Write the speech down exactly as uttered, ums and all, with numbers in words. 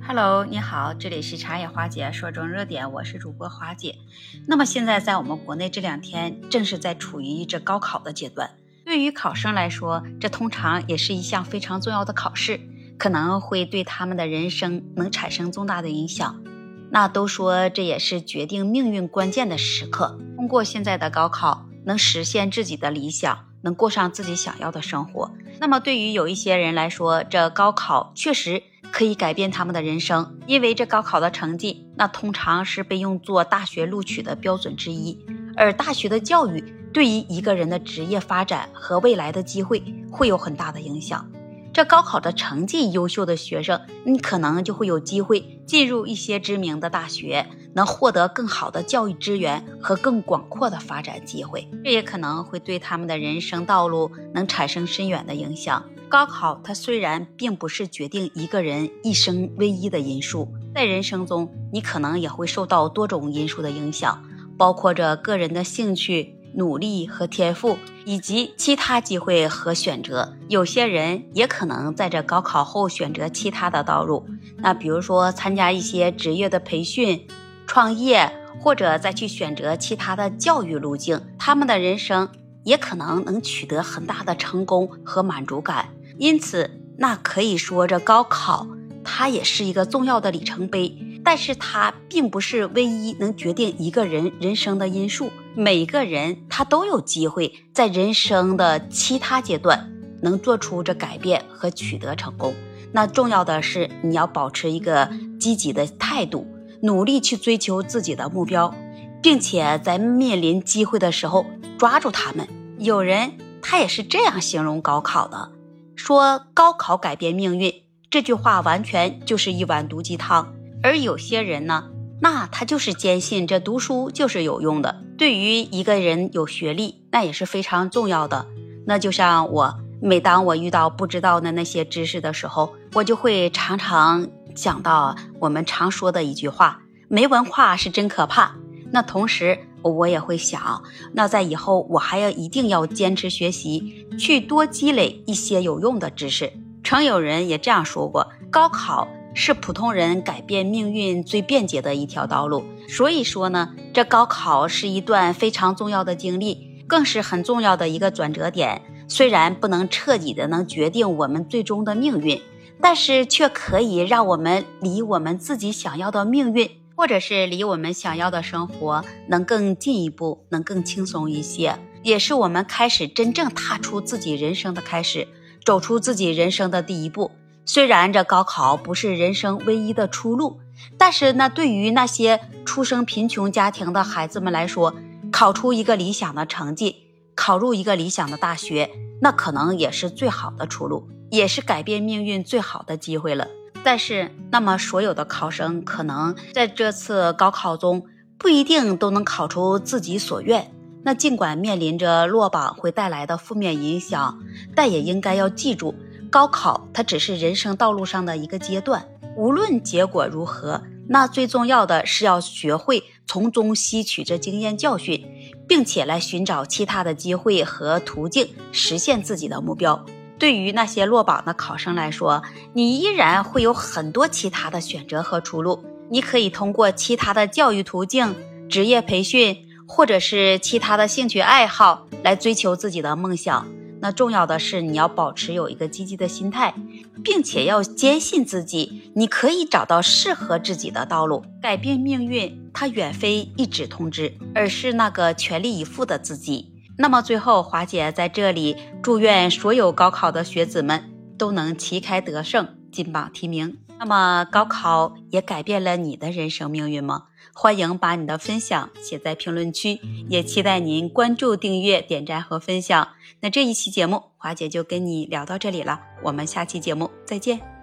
Hello， 你好，这里是茶野华姐说中热点，我是主播华姐。那么现在在我们国内这两天正是在处于这高考的阶段，对于考生来说，这通常也是一项非常重要的考试，可能会对他们的人生能产生重大的影响。那都说这也是决定命运关键的时刻，通过现在的高考能实现自己的理想，能过上自己想要的生活。那么对于有一些人来说，这高考确实可以改变他们的人生，因为这高考的成绩那通常是被用作大学录取的标准之一，而大学的教育对于一个人的职业发展和未来的机会会有很大的影响。这高考的成绩优秀的学生，你可能就会有机会进入一些知名的大学，能获得更好的教育资源和更广阔的发展机会，这也可能会对他们的人生道路能产生深远的影响。高考它虽然并不是决定一个人一生唯一的因素，在人生中你可能也会受到多种因素的影响，包括着个人的兴趣、努力和天赋，以及其他机会和选择。有些人也可能在这高考后选择其他的道路，那比如说参加一些职业的培训、创业，或者再去选择其他的教育路径，他们的人生也可能能取得很大的成功和满足感。因此那可以说这高考它也是一个重要的里程碑，但是它并不是唯一能决定一个人人生的因素。每个人他都有机会在人生的其他阶段能做出这改变和取得成功。那重要的是你要保持一个积极的态度，努力去追求自己的目标，并且在面临机会的时候抓住他们。有人他也是这样形容高考的，说高考改变命运，这句话完全就是一碗毒鸡汤。而有些人呢，那他就是坚信这读书就是有用的，对于一个人有学历那也是非常重要的。那就像我，每当我遇到不知道的那些知识的时候，我就会常常想到我们常说的一句话，没文化是真可怕。那同时我也会想，那在以后我还要一定要坚持学习，去多积累一些有用的知识。曾有人也这样说过，高考是普通人改变命运最便捷的一条道路。所以说呢，这高考是一段非常重要的经历，更是很重要的一个转折点。虽然不能彻底的能决定我们最终的命运，但是却可以让我们离我们自己想要的命运，或者是离我们想要的生活能更进一步，能更轻松一些，也是我们开始真正踏出自己人生的开始，走出自己人生的第一步。虽然这高考不是人生唯一的出路，但是呢，对于那些出生贫穷家庭的孩子们来说，考出一个理想的成绩，考入一个理想的大学，那可能也是最好的出路，也是改变命运最好的机会了。但是那么所有的考生可能在这次高考中不一定都能考出自己所愿，那尽管面临着落榜会带来的负面影响，但也应该要记住，高考它只是人生道路上的一个阶段，无论结果如何，那最重要的是要学会从中吸取这经验教训，并且来寻找其他的机会和途径实现自己的目标。对于那些落榜的考生来说，你依然会有很多其他的选择和出路，你可以通过其他的教育途径、职业培训，或者是其他的兴趣爱好来追求自己的梦想。那重要的是你要保持有一个积极的心态，并且要坚信自己，你可以找到适合自己的道路。改变命运它远非一纸通知，而是那个全力以赴的自己。那么最后，华姐在这里祝愿所有高考的学子们都能旗开得胜，金榜题名。那么高考也改变了你的人生命运吗？欢迎把你的分享写在评论区，也期待您关注、订阅、点赞和分享。那这一期节目华姐就跟你聊到这里了，我们下期节目再见。